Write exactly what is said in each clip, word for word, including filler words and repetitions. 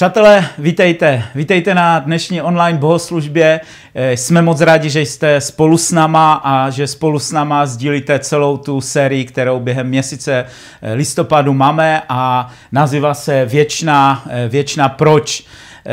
Přátelé, vítejte. Vítejte na dnešní online bohoslužbě. Jsme moc rádi, že jste spolu s náma a že spolu s náma sdílíte celou tu sérii, kterou během měsíce listopadu máme a nazývá se Věčná, věčná proč.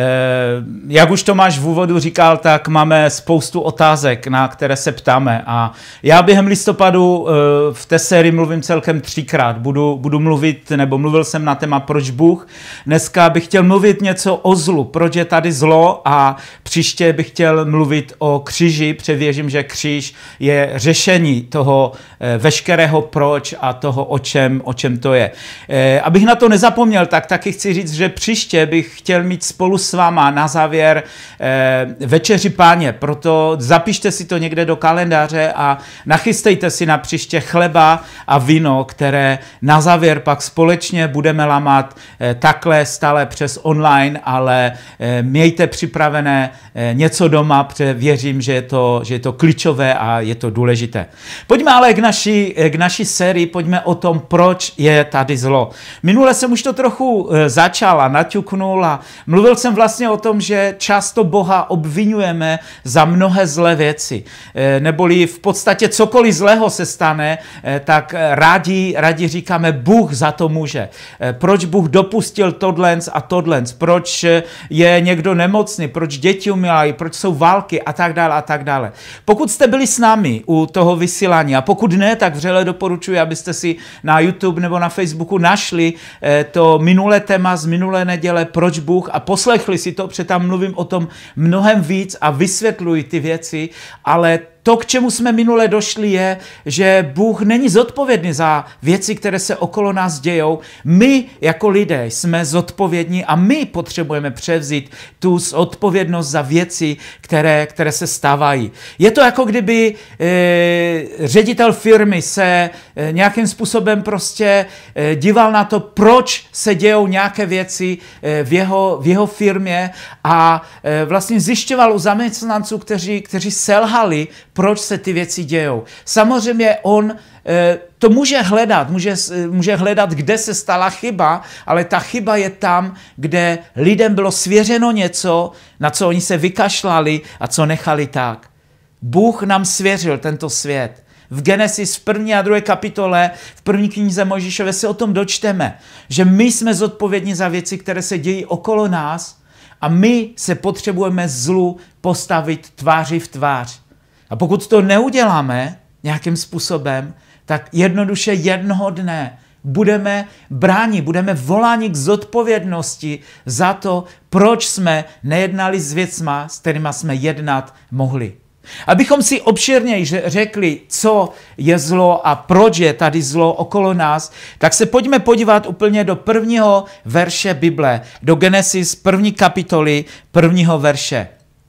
Jak už Tomáš v úvodu říkal, tak máme spoustu otázek, na které se ptáme. A já během listopadu v té sérii mluvím celkem třikrát. Budu, budu mluvit, nebo mluvil jsem na téma proč Bůh. Dneska bych chtěl mluvit něco o zlu, proč je tady zlo, a příště bych chtěl mluvit o kříži. Převěřím, že kříž je řešení toho veškerého proč a toho, o čem, o čem to je. Abych na to nezapomněl, tak taky chci říct, že příště bych chtěl mít spolu s váma na závěr eh, večeři Páně, proto zapište si to někde do kalendáře a nachystejte si na příště chleba a víno, které na závěr pak společně budeme lámat eh, takhle stále přes online, ale eh, mějte připravené eh, něco doma, protože věřím, že je, to, že je to klíčové a je to důležité. Pojďme ale k naší, k naší sérii, pojďme o tom, proč je tady zlo. Minule jsem už to trochu eh, začal a naťuknul a mluvil jsem vlastně o tom, že často Boha obvinujeme za mnohé zlé věci. Neboli v podstatě cokoliv zlého se stane, tak rádi, rádi říkáme, Bůh za to může. Proč Bůh dopustil tohle a tohle? Proč je někdo nemocný? Proč děti umírají? Proč jsou války? A tak dále a tak dále. Pokud jste byli s námi u toho vysílání a pokud ne, tak vřele doporučuji, abyste si na YouTube nebo na Facebooku našli to minulé téma z minulé neděle, proč Bůh, a poslechli si to, protože tam mluvím o tom mnohem víc a vysvětluji ty věci, ale to, k čemu jsme minule došli, je, že Bůh není zodpovědný za věci, které se okolo nás dějou. My jako lidé jsme zodpovědní a my potřebujeme převzít tu odpovědnost za věci, které, které se stávají. Je to jako kdyby e, ředitel firmy se e, nějakým způsobem prostě e, díval na to, proč se dějou nějaké věci e, v, jeho, v jeho firmě a e, vlastně zjišťoval u zaměstnanců, kteří, kteří selhali, proč se ty věci dějou. Samozřejmě on e, to může hledat, může, může hledat, kde se stala chyba, ale ta chyba je tam, kde lidem bylo svěřeno něco, na co oni se vykašlali a co nechali tak. Bůh nám svěřil tento svět. V Genesis v první a druhé kapitole, v první knize Mojžíšové se o tom dočteme, že my jsme zodpovědní za věci, které se dějí okolo nás a my se potřebujeme zlu postavit tváři v tvář. A pokud to neuděláme nějakým způsobem, tak jednoduše jednoho dne budeme bráni, budeme voláni k zodpovědnosti za to, proč jsme nejednali s věcma, s kterými jsme jednat mohli. Abychom si obšírněji řekli, co je zlo a proč je tady zlo okolo nás, tak se pojďme podívat úplně do prvního verše Bible, do Genesis první kapitoly prvního verše.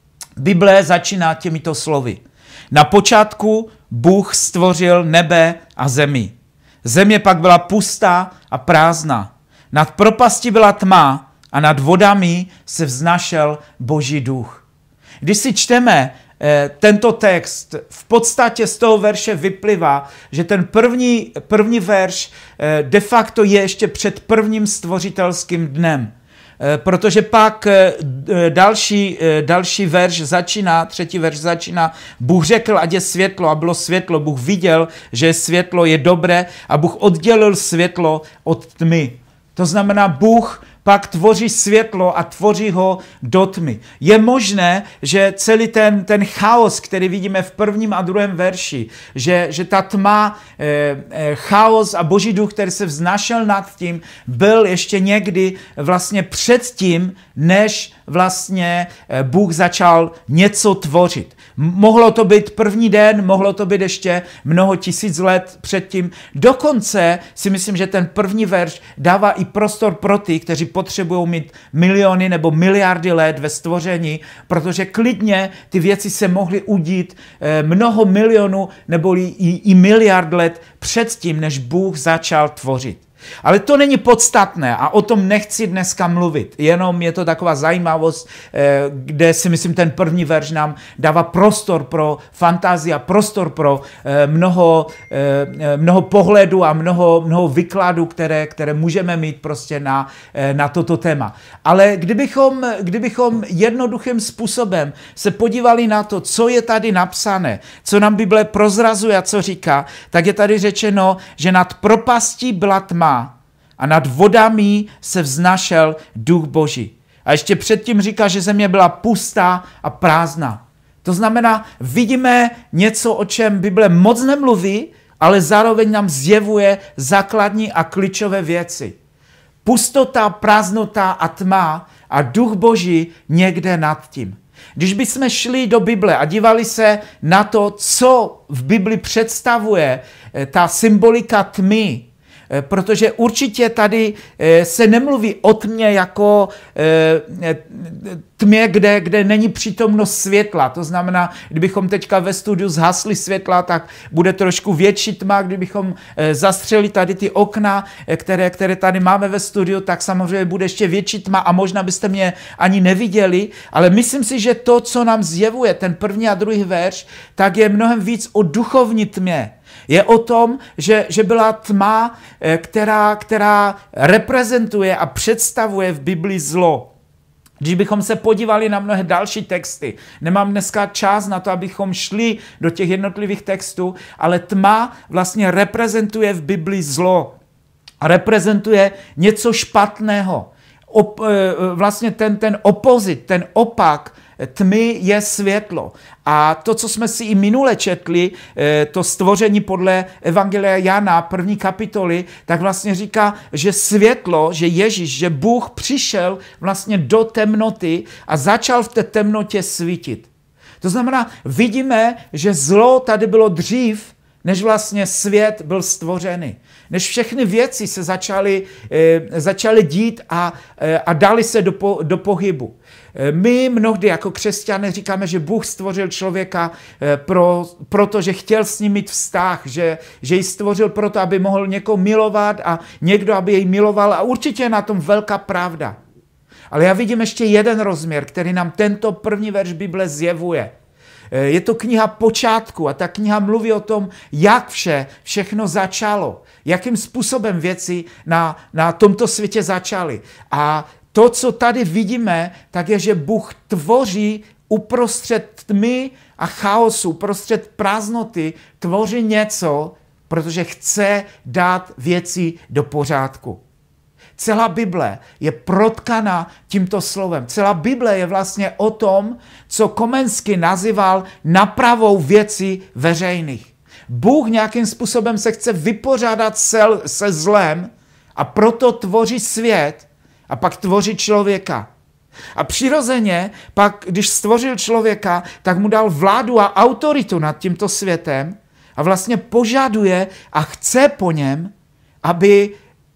Bible začíná těmito slovy. Na počátku Bůh stvořil nebe a zemi. Země pak byla pustá a prázdná. Nad propastí byla tma a nad vodami se vznášel Boží duch. Když si čteme eh, tento text, v podstatě z toho verše vyplývá, že ten první, první verš eh, de facto je ještě před prvním stvořitelským dnem. Protože pak další, další verš začíná, třetí verš začíná, Bůh řekl, ať je světlo, a bylo světlo. Bůh viděl, že světlo je dobré a Bůh oddělil světlo od tmy. To znamená, Bůh pak tvoří světlo a tvoří ho do tmy. Je možné, že celý ten, ten chaos, který vidíme v prvním a druhém verši, že, že ta tma, e, e, chaos a Boží duch, který se vznášel nad tím, byl ještě někdy vlastně předtím, než vlastně Bůh začal něco tvořit. Mohlo to být první den, mohlo to být ještě mnoho tisíc let předtím. Dokonce si myslím, že ten první verš dává i prostor pro ty, kteří potřebují mít miliony nebo miliardy let ve stvoření, protože klidně ty věci se mohly udít mnoho milionů nebo i, i miliard let předtím, než Bůh začal tvořit. Ale to není podstatné a o tom nechci dneska mluvit. Jenom je to taková zajímavost, kde si myslím, ten první verš nám dává prostor pro fantazii a prostor pro mnoho, mnoho pohledů a mnoho, mnoho vykladů, které, které můžeme mít prostě na, na toto téma. Ale kdybychom, kdybychom jednoduchým způsobem se podívali na to, co je tady napsané, co nám Bible prozrazuje a co říká, tak je tady řečeno, že nad propastí byla tma a nad vodami se vznášel duch Boží. A ještě předtím říká, že země byla pustá a prázdná. To znamená, vidíme něco, o čem Bible moc nemluví, ale zároveň nám zjevuje základní a klíčové věci. Pustota, prázdnota a tma a duch Boží někde nad tím. Když bychom šli do Bible a dívali se na to, co v Bibli představuje ta symbolika tmy, protože určitě tady se nemluví o tmě jako tmě, kde, kde není přítomnost světla. To znamená, kdybychom teďka ve studiu zhasli světla, tak bude trošku větší tma. Kdybychom zastřeli tady ty okna, které, které tady máme ve studiu, tak samozřejmě bude ještě větší tma a možná byste mě ani neviděli. Ale myslím si, že to, co nám zjevuje ten první a druhý verš, tak je mnohem víc o duchovní tmě. Je o tom, že, že byla tma, která, která reprezentuje a představuje v Biblii zlo. Když bychom se podívali na mnohé další texty, nemám dneska čas na to, abychom šli do těch jednotlivých textů, ale tma vlastně reprezentuje v Biblii zlo. Reprezentuje něco špatného. Op, vlastně ten, ten opozit, ten opak tmy je světlo. A to, co jsme si i minule četli, to stvoření podle Evangelia Jana, první kapitoly, tak vlastně říká, že světlo, že Ježíš, že Bůh přišel vlastně do temnoty a začal v té temnotě svítit. To znamená, vidíme, že zlo tady bylo dřív, než vlastně svět byl stvořený. Než všechny věci se začaly, e, začaly dít a, e, a dali se do, po, do pohybu. E, my mnohdy jako křesťané říkáme, že Bůh stvořil člověka e, pro, proto, že chtěl s ním mít vztah, že, že ji stvořil proto, aby mohl někoho milovat a někdo, aby jej miloval. A určitě je na tom velká pravda. Ale já vidím ještě jeden rozměr, který nám tento první verš Bible zjevuje. Je to kniha počátku a ta kniha mluví o tom, jak vše, všechno začalo, jakým způsobem věci na, na tomto světě začaly. A to, co tady vidíme, tak je, že Bůh tvoří uprostřed tmy a chaosu, uprostřed prázdnoty, tvoří něco, protože chce dát věci do pořádku. Celá Bible je protkaná tímto slovem. Celá Bible je vlastně o tom, co Komensky nazýval napravou věcí veřejných. Bůh nějakým způsobem se chce vypořádat se, se zlem a proto tvoří svět a pak tvoří člověka. A přirozeně pak, když stvořil člověka, tak mu dal vládu a autoritu nad tímto světem a vlastně požaduje a chce po něm, aby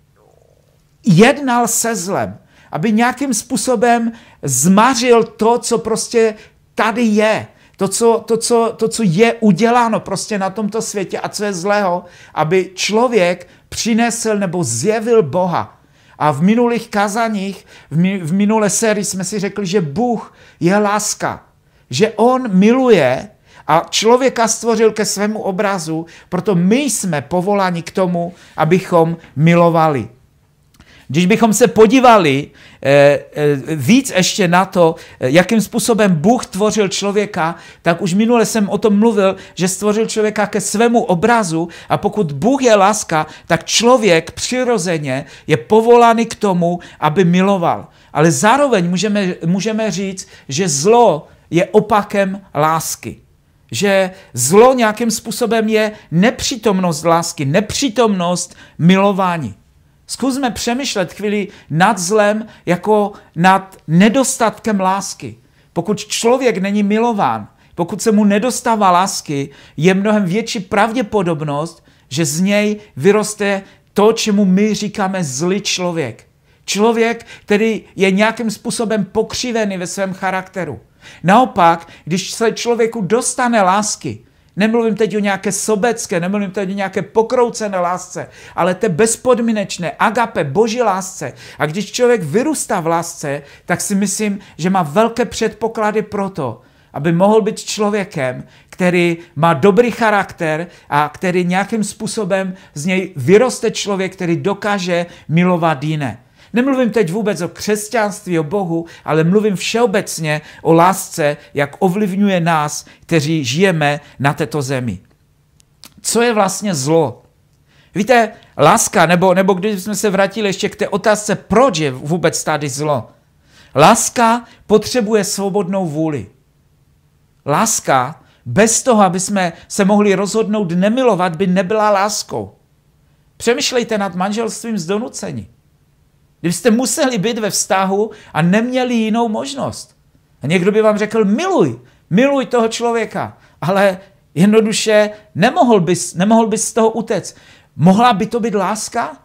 jednal se zlem, aby nějakým způsobem zmařil to, co prostě tady je, to co, to, co, to, co je uděláno prostě na tomto světě a co je zlého, aby člověk přinesl nebo zjevil Boha. A v minulých kazaních, v, mi, v minulé sérii jsme si řekli, že Bůh je láska, že on miluje a člověka stvořil ke svému obrazu, proto my jsme povoláni k tomu, abychom milovali. Když bychom se podívali eh, eh, víc ještě na to, eh, jakým způsobem Bůh tvořil člověka, tak už minule jsem o tom mluvil, že stvořil člověka ke svému obrazu a pokud Bůh je láska, tak člověk přirozeně je povolány k tomu, aby miloval. Ale zároveň můžeme, můžeme říct, že zlo je opakem lásky. Že zlo nějakým způsobem je nepřítomnost lásky, nepřítomnost milování. Zkusme přemýšlet chvíli nad zlem jako nad nedostatkem lásky. Pokud člověk není milován, pokud se mu nedostává lásky, je mnohem větší pravděpodobnost, že z něj vyroste to, čemu my říkáme zlý člověk. Člověk, který je nějakým způsobem pokřivený ve svém charakteru. Naopak, když se člověku dostane lásky, Nemluvím teď o nějaké sobecké, nemluvím teď o nějaké pokroucené lásce, ale té bezpodmínečné, agape, boží lásce. A když člověk vyrůstá v lásce, tak si myslím, že má velké předpoklady pro to, aby mohl být člověkem, který má dobrý charakter a který nějakým způsobem z něj vyroste člověk, který dokáže milovat jiné. Nemluvím teď vůbec o křesťanství, o Bohu, ale mluvím všeobecně o lásce, jak ovlivňuje nás, kteří žijeme na této zemi. Co je vlastně zlo? Víte, láska, nebo, nebo když jsme se vrátili ještě k té otázce, proč je vůbec tady zlo? Láska potřebuje svobodnou vůli. Láska, bez toho, aby jsme se mohli rozhodnout nemilovat, by nebyla láskou. Přemýšlejte nad manželstvím z donucení. Kdybyste museli být ve vztahu a neměli jinou možnost. A někdo by vám řekl, miluj, miluj toho člověka, ale jednoduše nemohl bys, nemohl bys z toho utéct. Mohla by to být láska?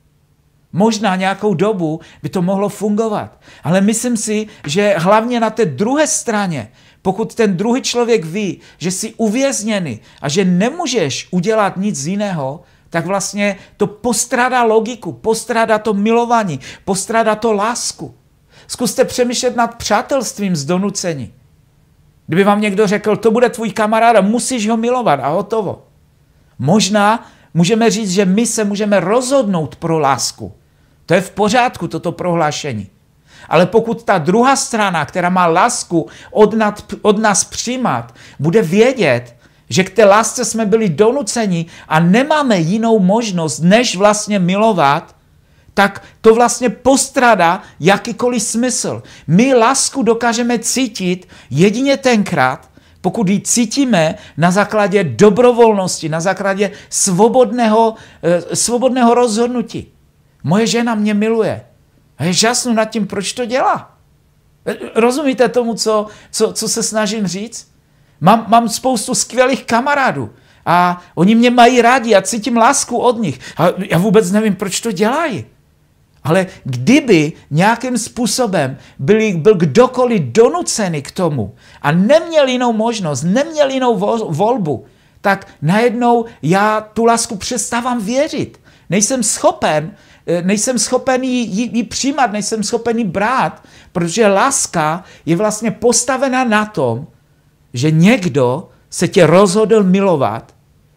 Možná nějakou dobu by to mohlo fungovat. Ale myslím si, že hlavně na té druhé straně, pokud ten druhý člověk ví, že jsi uvězněný a že nemůžeš udělat nic jiného, tak vlastně to postrádá logiku, postrádá to milování, postrádá to lásku. Zkuste přemýšlet nad přátelstvím z donucení. Kdyby vám někdo řekl, to bude tvůj kamarád a musíš ho milovat a hotovo. Možná můžeme říct, že my se můžeme rozhodnout pro lásku. To je v pořádku, toto prohlášení. Ale pokud ta druhá strana, která má lásku od, nad, od nás přijímat, bude vědět, že k té lásce jsme byli donuceni a nemáme jinou možnost, než vlastně milovat, tak to vlastně postrádá jakýkoliv smysl. My lásku dokážeme cítit jedině tenkrát, pokud ji cítíme na základě dobrovolnosti, na základě svobodného, eh, svobodného rozhodnutí. Moje žena mě miluje. A je žasnu nad tím, proč to dělá. Rozumíte tomu, co, co, co se snažím říct? Mám, mám spoustu skvělých kamarádů a oni mě mají rádi a cítím lásku od nich. A já vůbec nevím, proč to dělají. Ale kdyby nějakým způsobem byli, byl kdokoliv donucený k tomu a neměl jinou možnost, neměl jinou volbu, tak najednou já tu lásku přestávám věřit. Nejsem schopen, nejsem schopen ji, ji, ji přijímat, nejsem schopen ji brát, protože láska je vlastně postavena na tom, že někdo se tě rozhodl milovat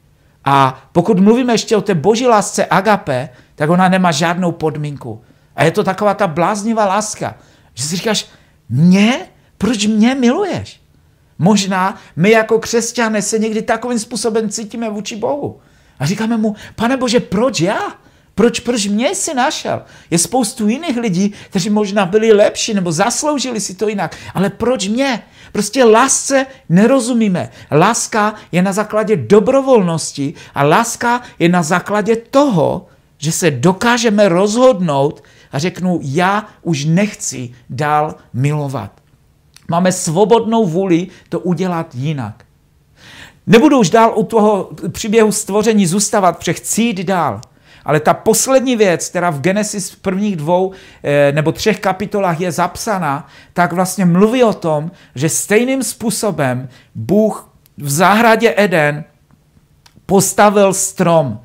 a pokud mluvíme ještě o té boží lásce agape, tak ona nemá žádnou podmínku. A je to taková ta bláznivá láska, že si říkáš, mě? Proč mě miluješ? Možná my jako křesťané se někdy takovým způsobem cítíme vůči Bohu. A říkáme mu, Pane Bože, proč já? Proč, proč mě jsi našel? Je spoustu jiných lidí, kteří možná byli lepší nebo zasloužili si to jinak. Ale proč mě? Prostě lásce nerozumíme. Láska je na základě dobrovolnosti a láska je na základě toho, že se dokážeme rozhodnout a řeknu, já už nechci dál milovat. Máme svobodnou vůli to udělat jinak. Nebudu už dál u toho příběhu stvoření zůstávat, protože chci jít dál. Ale ta poslední věc, která v Genesis v prvních dvou e, nebo třech kapitolách je zapsaná, tak vlastně mluví o tom, že stejným způsobem Bůh v zahradě Eden postavil strom.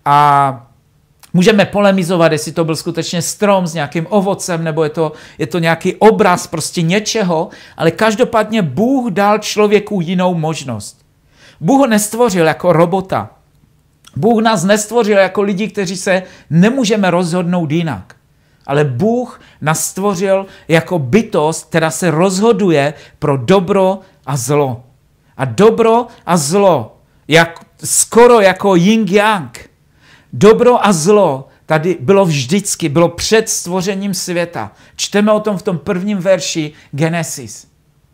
A můžeme polemizovat, jestli to byl skutečně strom s nějakým ovocem, nebo je to, je to nějaký obraz prostě něčeho, ale každopádně Bůh dal člověku jinou možnost. Bůh ho nestvořil jako robota. Bůh nás nestvořil jako lidi, kteří se nemůžeme rozhodnout jinak. Ale Bůh nás stvořil jako bytost, která se rozhoduje pro dobro a zlo. A dobro a zlo, jak, skoro jako yin-yang. Dobro a zlo tady bylo vždycky, bylo před stvořením světa. Čteme o tom v tom prvním verši Genesis.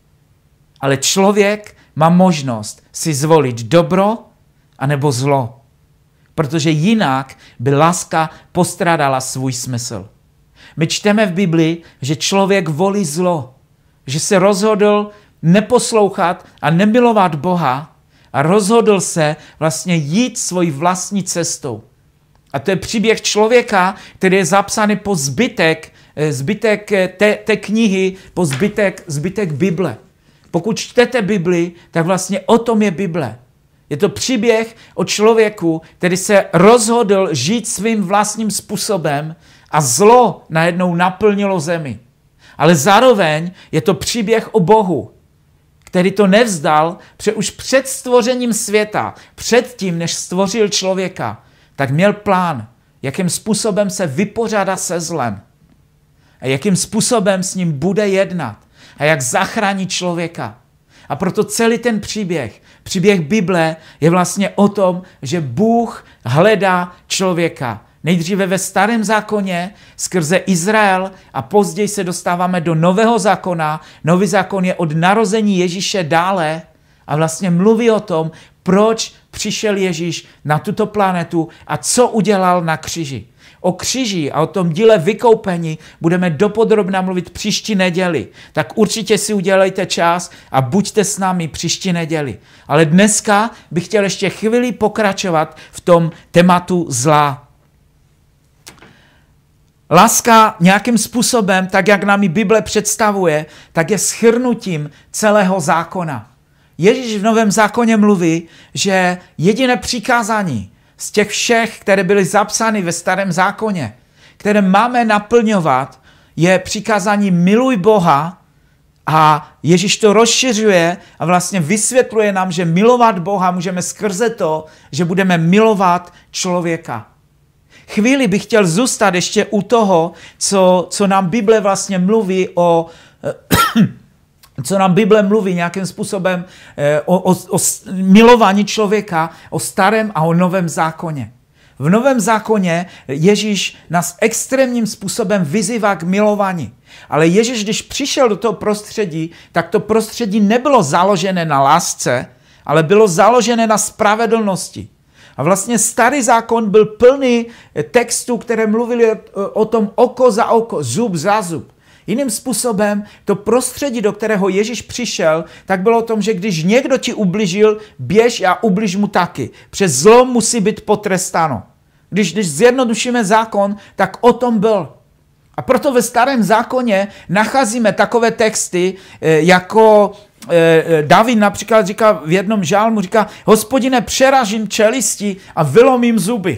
Ale člověk má možnost si zvolit dobro anebo zlo. Protože jinak by láska postrádala svůj smysl. My čteme v Biblii, že člověk volí zlo, že se rozhodl neposlouchat a nemilovat Boha a rozhodl se vlastně jít svojí vlastní cestou. A to je příběh člověka, který je zapsaný po zbytek, zbytek té, té knihy, po zbytek, zbytek Bible. Pokud čtete Bibli, tak vlastně o tom je Bible. Je to příběh o člověku, který se rozhodl žít svým vlastním způsobem a zlo najednou naplnilo zemi. Ale zároveň je to příběh o Bohu, který to nevzdal, protože už před stvořením světa, před tím, než stvořil člověka, tak měl plán, jakým způsobem se vypořádá se zlem a jakým způsobem s ním bude jednat a jak zachránit člověka. A proto celý ten příběh, příběh Bible je vlastně o tom, že Bůh hledá člověka. Nejdříve ve starém zákoně skrze Izrael a později se dostáváme do nového zákona. Nový zákon je od narození Ježíše dále a vlastně mluví o tom, proč přišel Ježíš na tuto planetu a co udělal na kříži. O kříži a o tom díle vykoupení budeme dopodrobna mluvit příští neděli. Tak určitě si udělejte čas a buďte s námi příští neděli. Ale dneska bych chtěl ještě chvíli pokračovat v tom tématu zla. Láska nějakým způsobem, tak jak nám ji Bible představuje, tak je shrnutím celého zákona. Ježíš v Novém zákoně mluví, že jediné přikázání z těch všech, které byly zapsány ve Starém zákoně, které máme naplňovat, je přikázání miluj Boha a Ježíš to rozšiřuje a vlastně vysvětluje nám, že milovat Boha můžeme skrze to, že budeme milovat člověka. Chvíli bych chtěl zůstat ještě u toho, co, co nám Bible vlastně mluví o... co nám Bible mluví nějakým způsobem o, o, o milování člověka, o starém a o novém zákoně. V novém zákoně Ježíš nás extrémním způsobem vyzývá k milování. Ale Ježíš, když přišel do toho prostředí, tak to prostředí nebylo založené na lásce, ale bylo založené na spravedlnosti. A vlastně starý zákon byl plný textů, které mluvili o, o tom oko za oko, zub za zub. Jiným způsobem, to prostředí, do kterého Ježíš přišel, tak bylo o tom, že když někdo ti ubližil, běž a ubliž mu taky. Přes zlo musí být potrestáno. Když, když zjednodušíme zákon, tak o tom byl. A proto ve starém zákoně nacházíme takové texty, jako David například říká v jednom žálmu, říká, Hospodine, přeražím čelisti a vylomím zuby.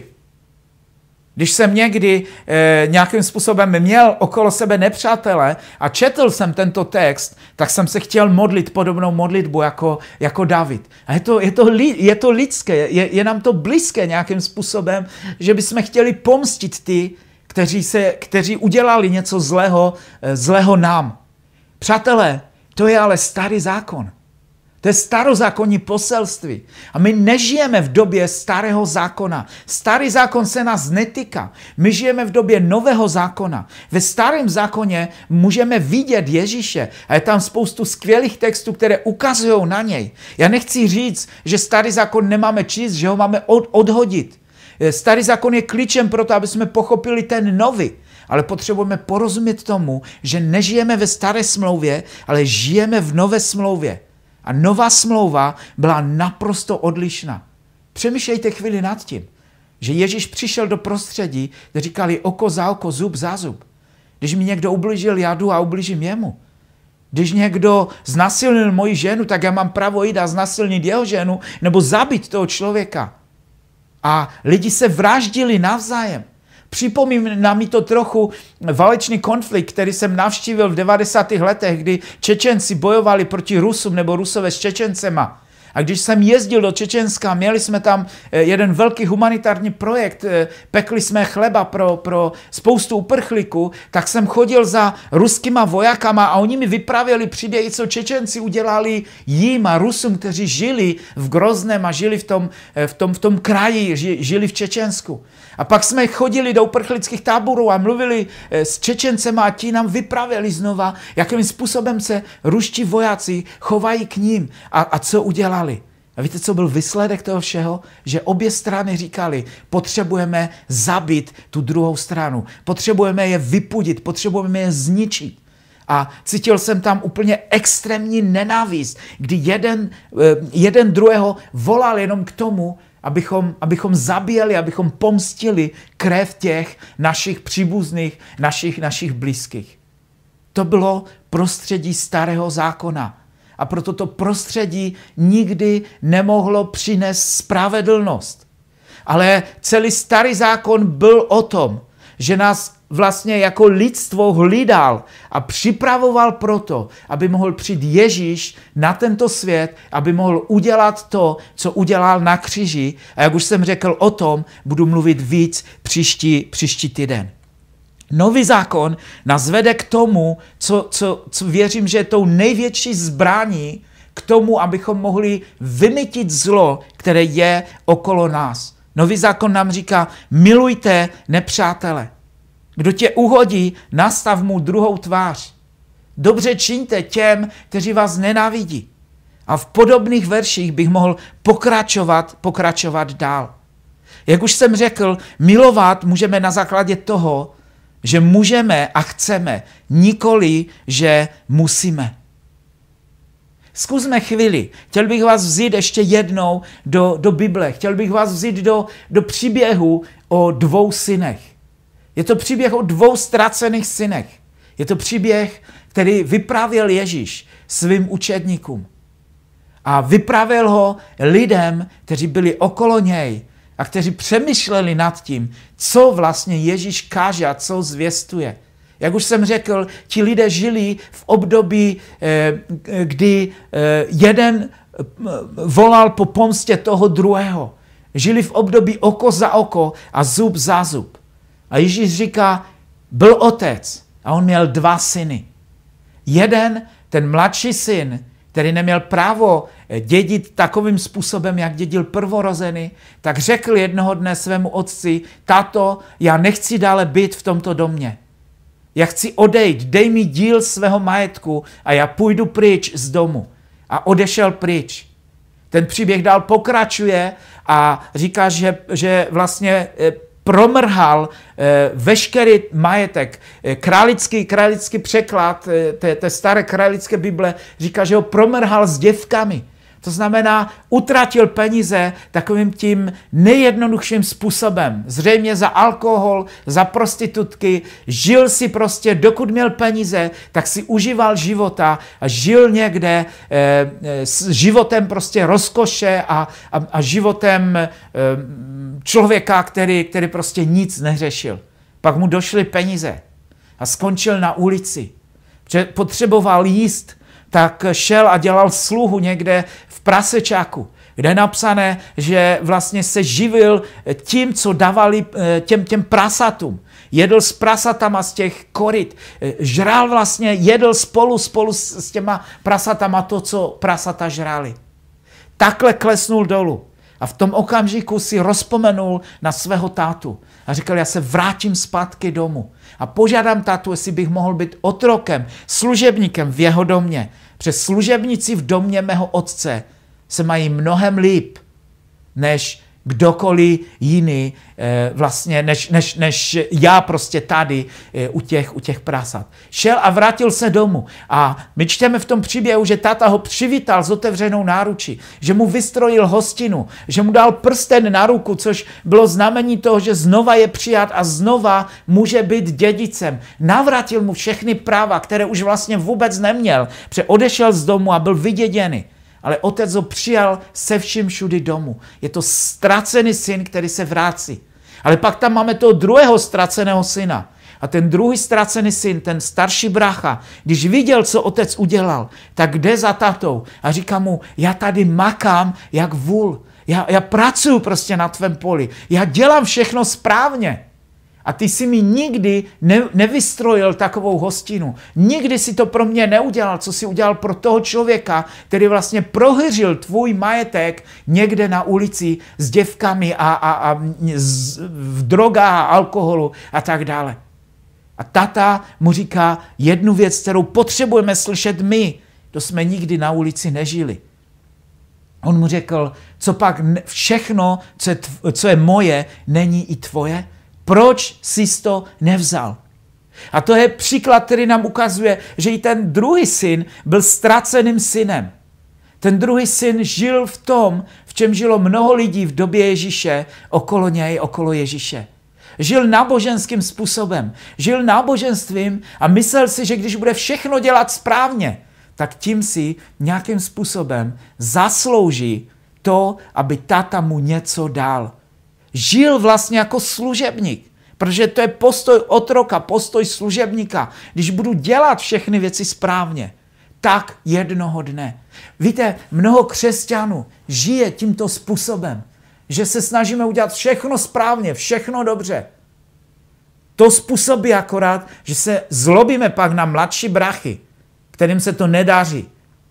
Když jsem někdy e, nějakým způsobem měl okolo sebe nepřátele a četl jsem tento text, tak jsem se chtěl modlit podobnou modlitbu jako, jako David. A je to, je to, li, je to lidské, je, je nám to blízké nějakým způsobem, že bychom chtěli pomstit ty, kteří, se, kteří udělali něco zlého, zlého nám. Přátelé, to je ale starý zákon. To je starozákonní poselství. A my nežijeme v době starého zákona. Starý zákon se nás netýká. My žijeme v době nového zákona. Ve starém zákoně můžeme vidět Ježíše a je tam spoustu skvělých textů, které ukazují na něj. Já nechci říct, že starý zákon nemáme číst, že ho máme od, odhodit. Starý zákon je klíčem pro to, aby jsme pochopili ten nový. Ale potřebujeme porozumět tomu, že nežijeme ve staré smlouvě, ale žijeme v nové smlouvě. A nová smlouva byla naprosto odlišná. Přemýšlejte chvíli nad tím, že Ježíš přišel do prostředí, kde říkali oko za oko, zub za zub. Když mi někdo ublížil, já jdu a ublížím jemu. Když někdo znasilnil moji ženu, tak já mám právo jít a znasilnit jeho ženu nebo zabít toho člověka. A lidi se vraždili navzájem. Připomíná mi to trochu válečný konflikt, který jsem navštívil v devadesátých letech, kdy Čečenci bojovali proti Rusům nebo Rusové s Čečencema. A když jsem jezdil do Čečenska, měli jsme tam jeden velký humanitární projekt, pekli jsme chleba pro, pro spoustu uprchlíků, tak jsem chodil za ruskýma vojákama a oni mi vyprávěli příběhy, co Čečenci udělali jim a Rusům, kteří žili v Grozném a žili v tom, v tom, v tom kraji, žili v Čečensku. A pak jsme chodili do uprchlických táborů a mluvili s Čečencema a ti nám vyprávěli znova, jakým způsobem se ruští vojáci chovají k ním a, a co udělali. A víte, co byl výsledek toho všeho? Že obě strany říkali, potřebujeme zabít tu druhou stranu, potřebujeme je vypudit, potřebujeme je zničit. A cítil jsem tam úplně extrémní nenávist, kdy jeden, jeden druhého volal jenom k tomu, Abychom, abychom zabíjeli, abychom pomstili krev těch našich příbuzných, našich, našich blízkých. To bylo prostředí starého zákona. A proto to prostředí nikdy nemohlo přinést spravedlnost. Ale celý starý zákon byl o tom, že nás vlastně jako lidstvo hlídal a připravoval proto, aby mohl přijít Ježíš na tento svět, aby mohl udělat to, co udělal na kříži. A jak už jsem řekl o tom, budu mluvit víc příští, příští týden. Nový zákon nás vede k tomu, co, co, co věřím, že je tou největší zbraní k tomu, abychom mohli vymytit zlo, které je okolo nás. Nový zákon nám říká, milujte nepřátele. Kdo tě uhodí, nastav mu druhou tvář. Dobře čiňte těm, kteří vás nenávidí. A v podobných verších bych mohl pokračovat, pokračovat dál. Jak už jsem řekl, milovat můžeme na základě toho, že můžeme a chceme, nikoli, že musíme. Zkusme chvíli. Chtěl bych vás vzít ještě jednou do, do Bible. Chtěl bych vás vzít do, do příběhu o dvou synech. Je to příběh o dvou ztracených synech. Je to příběh, který vyprávěl Ježíš svým učedníkům. A vyprávěl ho lidem, kteří byli okolo něj a kteří přemýšleli nad tím, co vlastně Ježíš káže a co zvěstuje. Jak už jsem řekl, ti lidé žili v období, kdy jeden volal po pomstě toho druhého. Žili v období oko za oko a zub za zub. A Ježíš říká, byl otec a on měl dva syny. Jeden, ten mladší syn, který neměl právo dědit takovým způsobem, jak dědil prvorozený, tak řekl jednoho dne svému otci, táto, já nechci dále být v tomto domě. Já chci odejít, dej mi díl svého majetku a já půjdu pryč z domu. A odešel pryč. Ten příběh dál pokračuje a říká, že, že vlastně promrhal eh, veškerý majetek. Králický, králický překlad eh, té, té staré králické Bible říká, že ho promrhal s děvkami. To znamená, utratil peníze takovým tím nejjednodušším způsobem. Zřejmě za alkohol, za prostitutky. Žil si prostě, dokud měl peníze, tak si užíval života a žil někde eh, s životem prostě rozkoše a, a, a životem eh, člověka, který, který prostě nic neřešil. Pak mu došly peníze a skončil na ulici. Potřeboval jíst, tak šel a dělal sluhu někde v prasečáku, kde je napsané, že vlastně se živil tím, co dávali těm, těm prasatům. Jedl s prasatama z těch koryt. Žral vlastně, jedl spolu, spolu s těma prasatama to, co prasata žrali. Takhle klesnul dolů. A v tom okamžiku si rozpomenul na svého tátu. A říkal, já se vrátím zpátky domů. A požádám tátu, jestli bych mohl být otrokem, služebníkem v jeho domě. Přes služebníci v domě mého otce se mají mnohem líp, než kdokoliv jiný, vlastně, než, než, než já prostě tady u těch, u těch prasat. Šel a vrátil se domů. A my čteme v tom příběhu, že táta ho přivítal s otevřenou náručí, že mu vystrojil hostinu, že mu dal prsten na ruku, což bylo znamení toho, že znova je přijat a znova může být dědicem. Navrátil mu všechny práva, které už vlastně vůbec neměl, protože odešel z domu a byl vyděděný. Ale otec ho přijal se vším všudy domů. Je to ztracený syn, který se vrací. Ale pak tam máme toho druhého ztraceného syna. A ten druhý ztracený syn, ten starší brácha, když viděl, co otec udělal, tak jde za tatou a říká mu, já tady makám jak vůl. Já, já pracuji prostě na tvém poli. Já dělám všechno správně. A ty si mi nikdy ne, nevystrojil takovou hostinu. Nikdy si to pro mě neudělal, co si udělal pro toho člověka, který vlastně prohyřil tvůj majetek někde na ulici s děvkami a, a, a z, v drogách a alkoholu a tak dále. A tata mu říká jednu věc, kterou potřebujeme slyšet my. To jsme nikdy na ulici nežili. On mu řekl, co pak všechno, co je, co je moje, není i tvoje? Proč jsi to nevzal? A to je příklad, který nám ukazuje, že i ten druhý syn byl ztraceným synem. Ten druhý syn žil v tom, v čem žilo mnoho lidí v době Ježíše, okolo něj, okolo Ježíše. Žil náboženským způsobem, žil náboženstvím a myslel si, že když bude všechno dělat správně, tak tím si nějakým způsobem zaslouží to, aby táta mu něco dal. Žil vlastně jako služebník, protože to je postoj otroka, postoj služebníka. Když budu dělat všechny věci správně, tak jednoho dne. Víte, mnoho křesťanů žije tímto způsobem, že se snažíme udělat všechno správně, všechno dobře. To způsobí akorát, že se zlobíme pak na mladší brachy, kterým se to nedaří.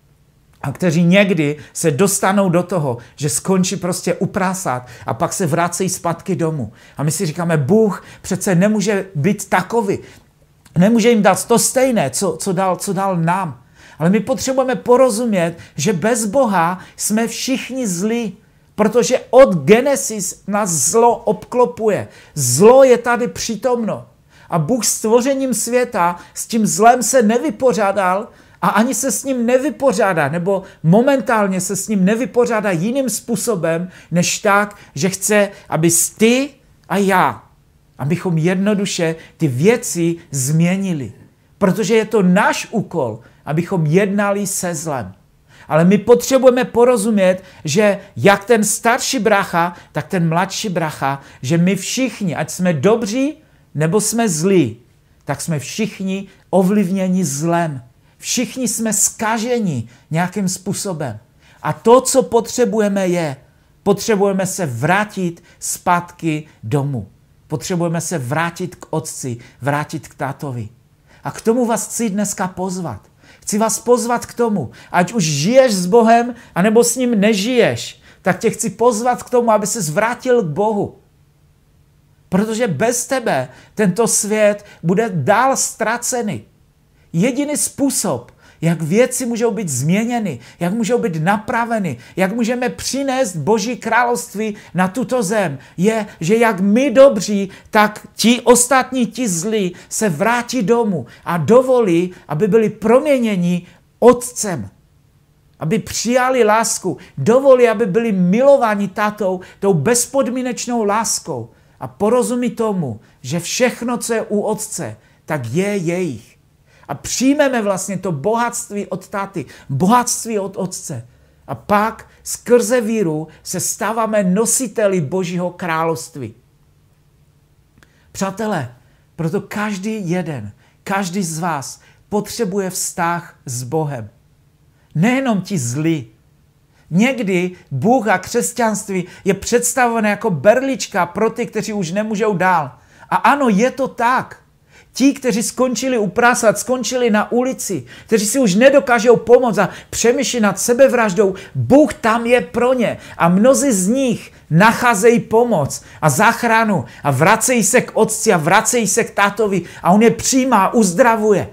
A kteří někdy se dostanou do toho, že skončí prostě uprásat a pak se vracejí zpátky domů. A my si říkáme, Bůh přece nemůže být takový. Nemůže jim dát to stejné, co, co, dal, co dal nám. Ale my potřebujeme porozumět, že bez Boha jsme všichni zlí. Protože od Genesis nás zlo obklopuje. Zlo je tady přítomno. A Bůh stvořením světa s tím zlem se nevypořádal a ani se s ním nevypořádá, nebo momentálně se s ním nevypořádá jiným způsobem, než tak, že chce, aby ty a já, abychom jednoduše ty věci změnili. Protože je to náš úkol, abychom jednali se zlem. Ale my potřebujeme porozumět, že jak ten starší bracha, tak ten mladší bracha, že my všichni, ať jsme dobří, nebo jsme zlí, tak jsme všichni ovlivněni zlem. Všichni jsme zkaženi nějakým způsobem. A to, co potřebujeme, je, potřebujeme se vrátit zpátky domů. Potřebujeme se vrátit k otci, vrátit k tátovi. A k tomu vás chci dneska pozvat. Chci vás pozvat k tomu, ať už žiješ s Bohem, anebo s ním nežiješ, tak tě chci pozvat k tomu, aby se zvrátil k Bohu. Protože bez tebe tento svět bude dál ztracený. Jediný způsob, jak věci můžou být změněny, jak můžou být napraveny, jak můžeme přinést Boží království na tuto zem, je, že jak my dobří, tak ti ostatní, ti zlí, se vrátí domů a dovolí, aby byli proměněni Otcem. Aby přijali lásku, dovolí, aby byli milováni tátou tou bezpodmínečnou láskou a porozumí tomu, že všechno, co je u Otce, tak je jejich. A přijmeme vlastně to bohatství od táty, bohatství od Otce. A pak skrze víru se stáváme nositeli Božího království. Přátelé, proto každý jeden, každý z vás potřebuje vztah s Bohem. Nejenom ti zlí. Někdy Bůh a křesťanství je představované jako berlička pro ty, kteří už nemůžou dál. A ano, je to tak. Ti, kteří skončili uprásat, skončili na ulici, kteří si už nedokážou pomoct a přemýšlí nad sebevraždou, Bůh tam je pro ně. A mnozí z nich nacházejí pomoc a záchranu a vracejí se k otci a vracejí se k tátovi a on je přijímá, uzdravuje.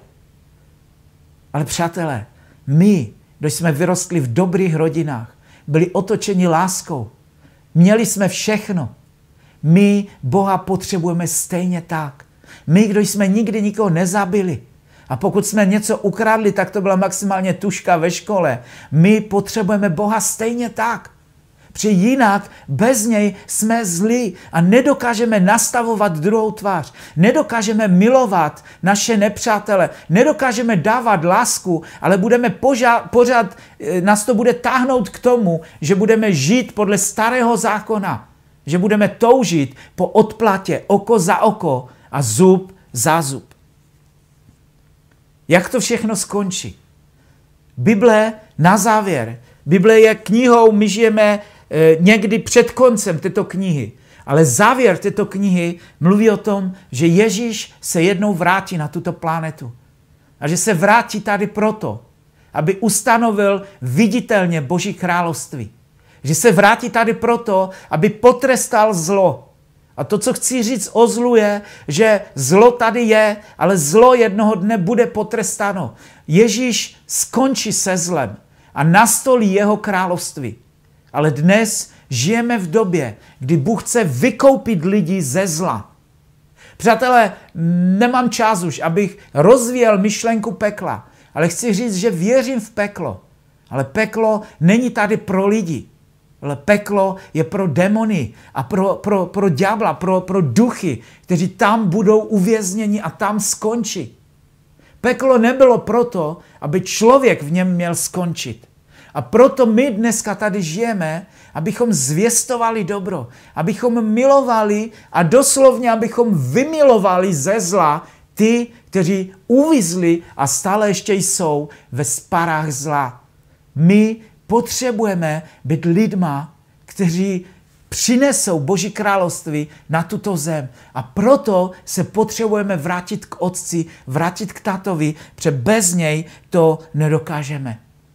Ale přátelé, my, kdo jsme vyrostli v dobrých rodinách, byli otočeni láskou, měli jsme všechno. My Boha potřebujeme stejně tak. My, kdo jsme nikdy nikoho nezabili a pokud jsme něco ukradli, tak to byla maximálně tužka ve škole. My potřebujeme Boha stejně tak. Protože jinak bez něj jsme zlí a nedokážeme nastavovat druhou tvář. Nedokážeme milovat naše nepřátele. Nedokážeme dávat lásku, ale budeme pořád, pořád nás to bude táhnout k tomu, že budeme žít podle starého zákona. Že budeme toužit po odplatě oko za oko a zub za zub. Jak to všechno skončí? Bible na závěr. Bible je knihou, my žijeme e, někdy před koncem této knihy. Ale závěr této knihy mluví o tom, že Ježíš se jednou vrátí na tuto planetu. A že se vrátí tady proto, aby ustanovil viditelně Boží království. Že se vrátí tady proto, aby potrestal zlo. A to, co chci říct o zlu, je, že zlo tady je, ale zlo jednoho dne bude potrestáno. Ježíš skončí se zlem a nastolí jeho království. Ale dnes žijeme v době, kdy Bůh chce vykoupit lidi ze zla. Přátelé, nemám čas už, abych rozvíjel myšlenku pekla, ale chci říct, že věřím v peklo. Ale peklo není tady pro lidi. Ale peklo je pro démony a pro, pro, pro ďábla, pro, pro duchy, kteří tam budou uvězněni a tam skončí. Peklo nebylo proto, aby člověk v něm měl skončit. A proto my dneska tady žijeme, abychom zvěstovali dobro, abychom milovali a doslovně, abychom vymilovali ze zla ty, kteří uvízli a stále ještě jsou ve sparách zla. My potřebujeme být lidma, kteří přinesou Boží království na tuto zem. A proto se potřebujeme vrátit k Otci, vrátit k Tátovi, protože bez něj to nedokážeme.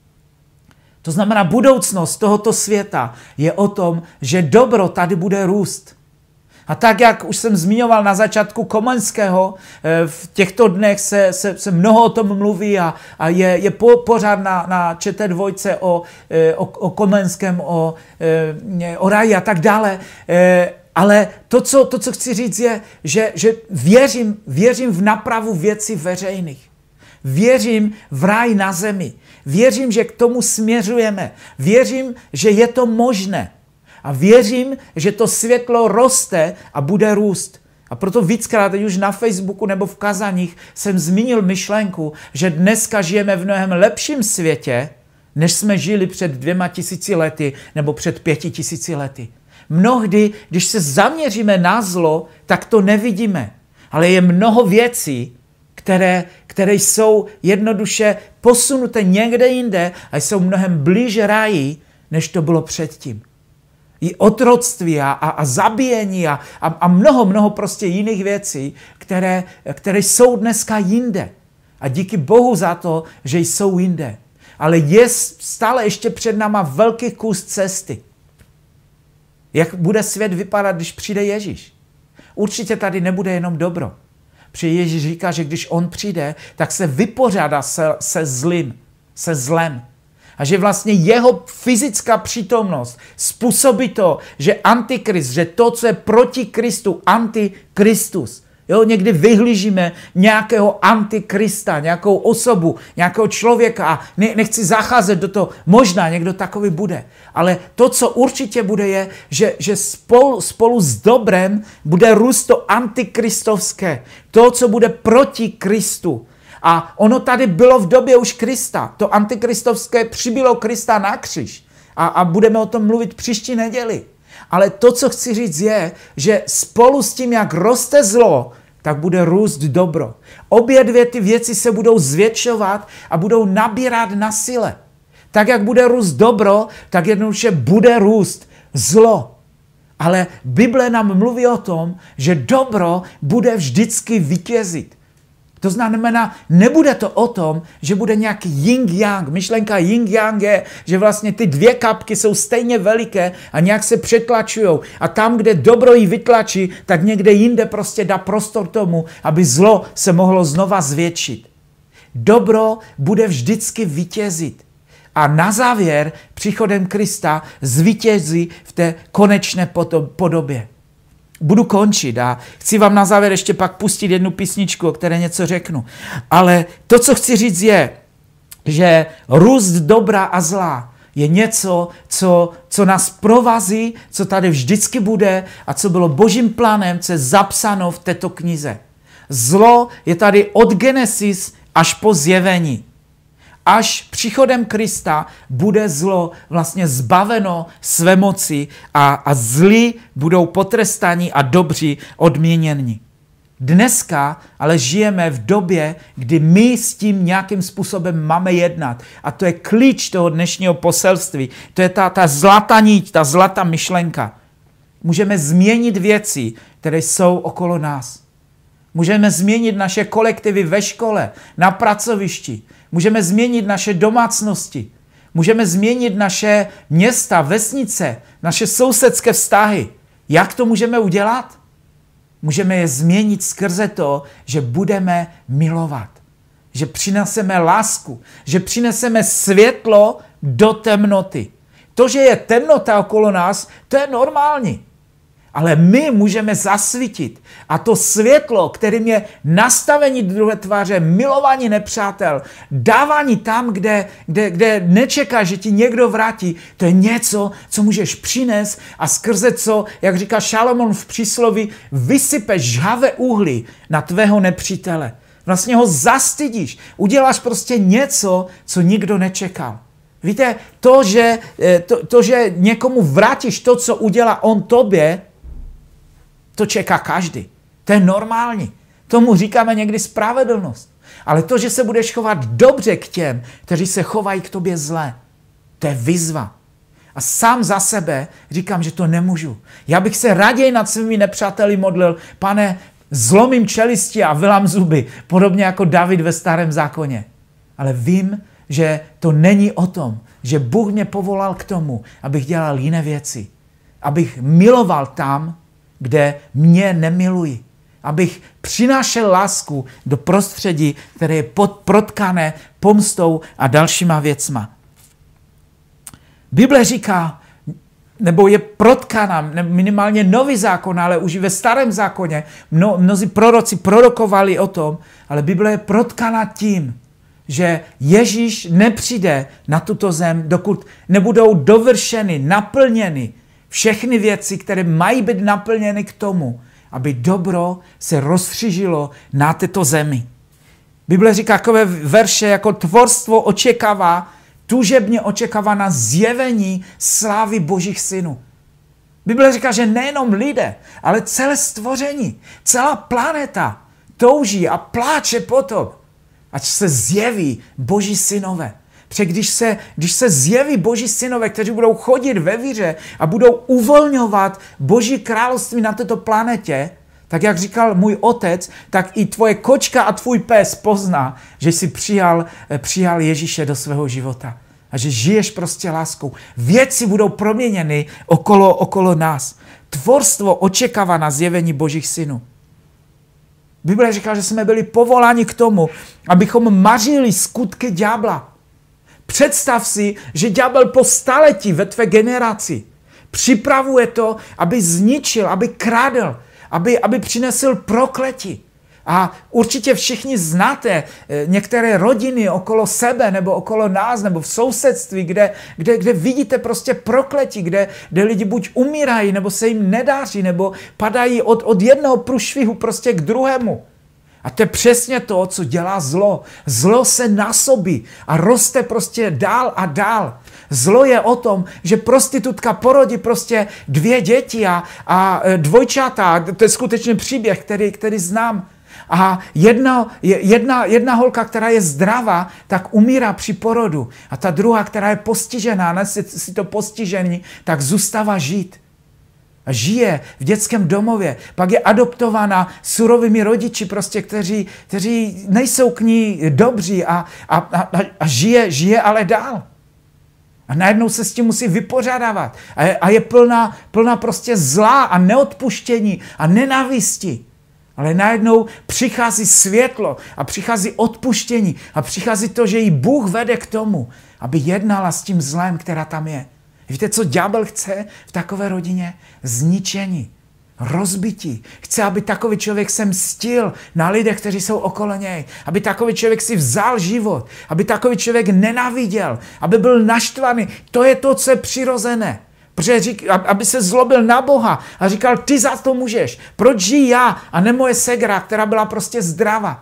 To znamená, budoucnost tohoto světa je o tom, že dobro tady bude růst. A tak, jak už jsem zmiňoval na začátku Komenského, v těchto dnech se, se, se mnoho o tom mluví a, a je, je po, pořád na, na ČT dvojce o, o, o Komenském, o, o raji a tak dále. Ale to, co, to, co chci říct, je, že, že věřím, věřím v napravu věcí veřejných. Věřím v ráj na zemi. Věřím, že k tomu směřujeme. Věřím, že je to možné. A věřím, že to světlo roste a bude růst. A proto víckrát, teď už na Facebooku nebo v kazaních, jsem zmínil myšlenku, že dneska žijeme v mnohem lepším světě, než jsme žili před dvěma tisíci lety nebo před pěti tisíci lety. Mnohdy, když se zaměříme na zlo, tak to nevidíme. Ale je mnoho věcí, které, které jsou jednoduše posunuté někde jinde a jsou mnohem blíž ráji, než to bylo předtím. I otroctví a, a, a zabíjení a, a, a mnoho, mnoho prostě jiných věcí, které, které jsou dneska jinde. A díky Bohu za to, že jsou jinde. Ale je stále ještě před náma velký kus cesty. Jak bude svět vypadat, když přijde Ježíš? Určitě tady nebude jenom dobro. Protože Ježíš říká, že když on přijde, tak se vypořádá se, se zlým, se zlem. A že vlastně jeho fyzická přítomnost způsobí to, že antikrist, že to, co je proti Kristu, antikristus. Jo, někdy vyhlížíme nějakého antikrista, nějakou osobu, nějakého člověka a ne, nechci zacházet do toho. Možná někdo takový bude. Ale to, co určitě bude, je, že, že spolu, spolu s dobrem bude růst to antikristovské. To, co bude proti Kristu. A ono tady bylo v době už Krista. To antikristovské přibylo Krista na kříž. A, a budeme o tom mluvit příští neděli. Ale to, co chci říct, je, že spolu s tím, jak roste zlo, tak bude růst dobro. Obě dvě ty věci se budou zvětšovat a budou nabírat na síle. Tak, jak bude růst dobro, tak jednoduše bude růst zlo. Ale Bible nám mluví o tom, že dobro bude vždycky vítězit. To znamená, nebude to o tom, že bude nějaký yin-yang. Myšlenka yin-yang je, že vlastně ty dvě kapky jsou stejně veliké a nějak se přetlačují. A tam, kde dobro ji vytlačí, tak někde jinde prostě dá prostor tomu, aby zlo se mohlo znova zvětšit. Dobro bude vždycky vítězit. A na závěr příchodem Krista zvítězí v té konečné podobě. Budu končit a chci vám na závěr ještě pak pustit jednu písničku, o které něco řeknu. Ale to, co chci říct, je, že růst dobra a zla je něco, co, co nás provazí, co tady vždycky bude a co bylo Božím plánem, co je zapsáno v této knize. Zlo je tady od Genesis až po zjevení. Až příchodem Krista bude zlo vlastně zbaveno své moci a, a zlí budou potrestaní a dobří odměněni. Dneska ale žijeme v době, kdy my s tím nějakým způsobem máme jednat. A to je klíč toho dnešního poselství. To je ta, ta zlatá niť, ta zlatá myšlenka. Můžeme změnit věci, které jsou okolo nás. Můžeme změnit naše kolektivy ve škole, na pracovišti. Můžeme změnit naše domácnosti. Můžeme změnit naše města, vesnice, naše sousedské vztahy. Jak to můžeme udělat? Můžeme je změnit skrze to, že budeme milovat. Že přineseme lásku. Že přineseme světlo do temnoty. To, že je temnota okolo nás, to je normální. Ale my můžeme zasvítit. A to světlo, kterým je nastavení druhé tváře, milování nepřátel, dávání tam, kde, kde, kde nečekáš, že ti někdo vrátí, to je něco, co můžeš přinést a skrze co, jak říká Šalomon v přísloví, vysypeš žhavé uhlí na tvého nepřítele. Vlastně ho zastydíš. Uděláš prostě něco, co nikdo nečekal. Víte, to že, to, to, že někomu vrátíš to, co udělá on tobě, to čeká každý. To je normální. Tomu říkáme někdy spravedlnost. Ale to, že se budeš chovat dobře k těm, kteří se chovají k tobě zle, to je výzva. A sám za sebe říkám, že to nemůžu. Já bych se raději nad svými nepřáteli modlil, Pane, zlomím čelisti a vylám zuby, podobně jako David ve Starém zákoně. Ale vím, že to není o tom, že Bůh mě povolal k tomu, abych dělal jiné věci. Abych miloval tam, kde mě nemilují. Abych přinášel lásku do prostředí, které je protkané pomstou a dalšíma věcma. Bible říká, nebo je protkaná, minimálně nový zákon, ale už ve Starém zákoně, mno, mnozí proroci prorokovali o tom, ale Bible je protkaná tím, že Ježíš nepřijde na tuto zem, dokud nebudou dovršeny, naplněny všechny věci, které mají být naplněny k tomu, aby dobro se rozšířilo na této zemi. Bible říká takové verše, jako tvorstvo očekává, tužebně očekává na zjevení slávy Božích synů. Bible říká, že nejenom lidé, ale celé stvoření, celá planeta touží a pláče potom, ať se zjeví Boží synové. Protože když se, když se zjeví Boží synové, kteří budou chodit ve víře a budou uvolňovat Boží království na této planetě, tak jak říkal můj otec, tak i tvoje kočka a tvůj pes pozná, že jsi přijal, přijal Ježíše do svého života. A že žiješ prostě láskou. Věci budou proměněny okolo, okolo nás. Tvorstvo očekává na zjevení Božích synů. Bible říká, že jsme byli povoláni k tomu, abychom mařili skutky ďábla. Představ si, že ďábel po staletí ve tvé generaci připravuje to, aby zničil, aby kradl, aby, aby přinesl prokletí. A určitě všichni znáte některé rodiny okolo sebe, nebo okolo nás, nebo v sousedství, kde, kde, kde vidíte prostě prokletí, kde, kde lidi buď umírají, nebo se jim nedáří, nebo padají od, od jednoho průšvihu prostě k druhému. A to je přesně to, co dělá zlo. Zlo se násobí a roste prostě dál a dál. Zlo je o tom, že prostitutka porodí prostě dvě děti a, a dvojčata. To je skutečně příběh, který, který znám. A jedna, jedna, jedna holka, která je zdravá, tak umírá při porodu. A ta druhá, která je postižená, nese si to postižení, tak zůstává žít. A žije v dětském domově. Pak je adoptována surovými rodiči, prostě, kteří, kteří nejsou k ní dobří a, a, a, a žije, žije ale dál. A najednou se s tím musí vypořádávat. A je, a je plná, plná prostě zlá a neodpuštění a nenávisti. Ale najednou přichází světlo a přichází odpuštění a přichází to, že jí Bůh vede k tomu, aby jednala s tím zlem, která tam je. Víte, co ďábel chce v takové rodině? Zničení, rozbití. Chce, aby takový člověk se mstil na lidech, kteří jsou okolo něj. Aby takový člověk si vzal život. Aby takový člověk nenáviděl. Aby byl naštvaný. To je to, co je přirozené. Protože řík, aby se zlobil na Boha a říkal, ty za to můžeš. Proč žij já a ne moje segra, která byla prostě zdravá?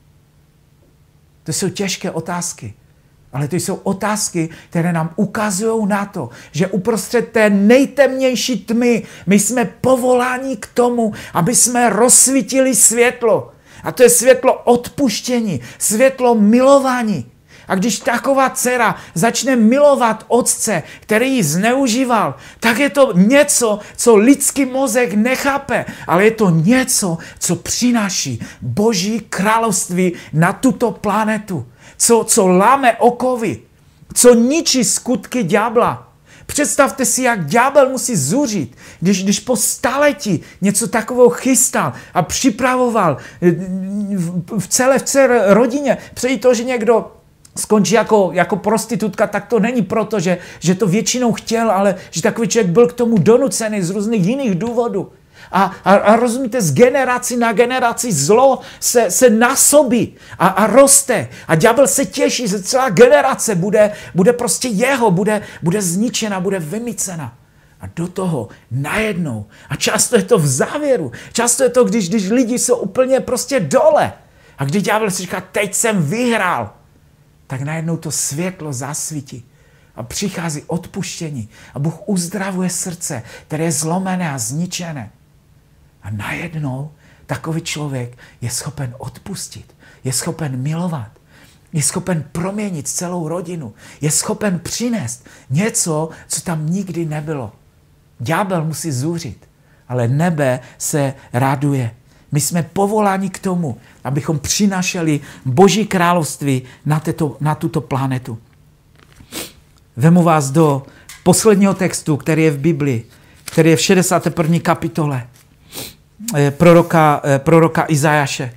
To jsou těžké otázky. Ale to jsou otázky, které nám ukazují na to, že uprostřed té nejtemnější tmy my jsme povoláni k tomu, aby jsme rozsvítili světlo. A to je světlo odpuštění, světlo milování. A když taková dcera začne milovat otce, který ji zneužíval, tak je to něco, co lidský mozek nechápe, ale je to něco, co přináší Boží království na tuto planetu. Co, co láme okovy, co ničí skutky ďábla. Představte si, jak ďábel musí zuřit, když, když po staletí něco takového chystal a připravoval v celé, v celé rodině. Přeji to, že někdo skončí jako, jako prostitutka, tak to není proto, že, že to většinou chtěl, ale že takový člověk byl k tomu donucený z různých jiných důvodů. A, a, a rozumíte, z generací na generaci zlo se, se násobí a, a roste. A ďábel se těší, že celá generace bude, bude prostě jeho, bude, bude zničena, bude vymycena. A do toho najednou. A často je to v závěru. Často je to, když, když lidi jsou úplně prostě dole. A když ďábel si říká, teď jsem vyhrál, tak najednou to světlo zasvítí. A přichází odpuštění. A Bůh uzdravuje srdce, které je zlomené a zničené. A najednou takový člověk je schopen odpustit. Je schopen milovat. Je schopen proměnit celou rodinu. Je schopen přinést něco, co tam nikdy nebylo. Ďábel musí zuřit, ale nebe se raduje. My jsme povoláni k tomu, abychom přinašeli Boží království na, této, na tuto planetu. Vemu vás do posledního textu, který je v Biblii, který je v šedesáté první kapitole proroka, proroka Izajáše.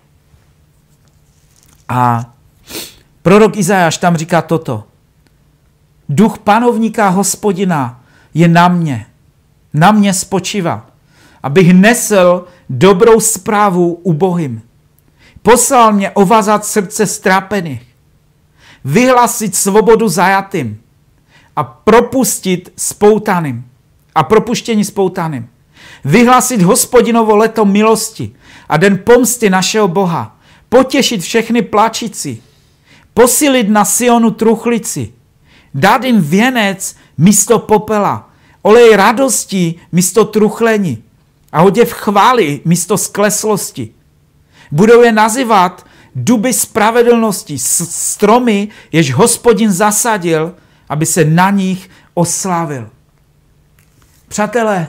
A prorok Izajáš tam říká toto. Duch panovníka Hospodina je na mě. Na mě spočívá, abych nesl dobrou zprávu ubohým. Poslal mě ovazat srdce ztrapených, vyhlásit svobodu zajatým a propustit spoutaným. A propuštění spoutaným. Vyhlásit Hospodinovo leto milosti a den pomsty našeho Boha. Potěšit všechny plačící. Posílit na Sionu truchlici. Dát jim věnec místo popela. Olej radosti místo truchlení. A oděv chvály místo skleslosti. Budou je nazývat duby spravedlnosti, stromy, jež Hospodin zasadil, aby se na nich oslavil. Přátelé,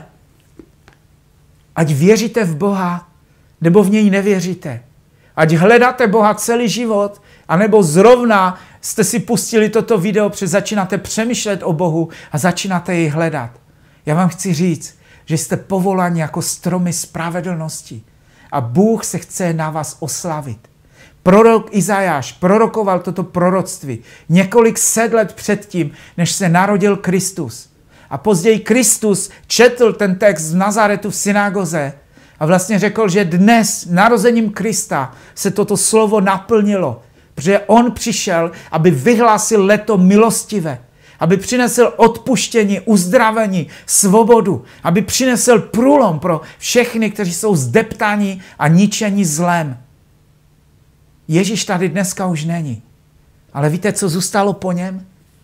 ať věříte v Boha, nebo v něj nevěříte. Ať hledáte Boha celý život, anebo zrovna jste si pustili toto video, protože začínáte přemýšlet o Bohu a začínáte jej hledat. Já vám chci říct, že jste povoláni jako stromy spravedlnosti a Bůh se chce na vás oslavit. Prorok Izajáš prorokoval toto proroctví několik set let předtím, než se narodil Kristus. A později Kristus četl ten text v Nazaretu v synagoze a vlastně řekl, že dnes narozením Krista se toto slovo naplnilo, protože on přišel, aby vyhlásil leto milostivé, aby přinesl odpuštění, uzdravení, svobodu, aby přinesl průlom pro všechny, kteří jsou zdeptáni a ničeni zlem. Ježíš tady dneska už není. Ale víte, co zůstalo po něm?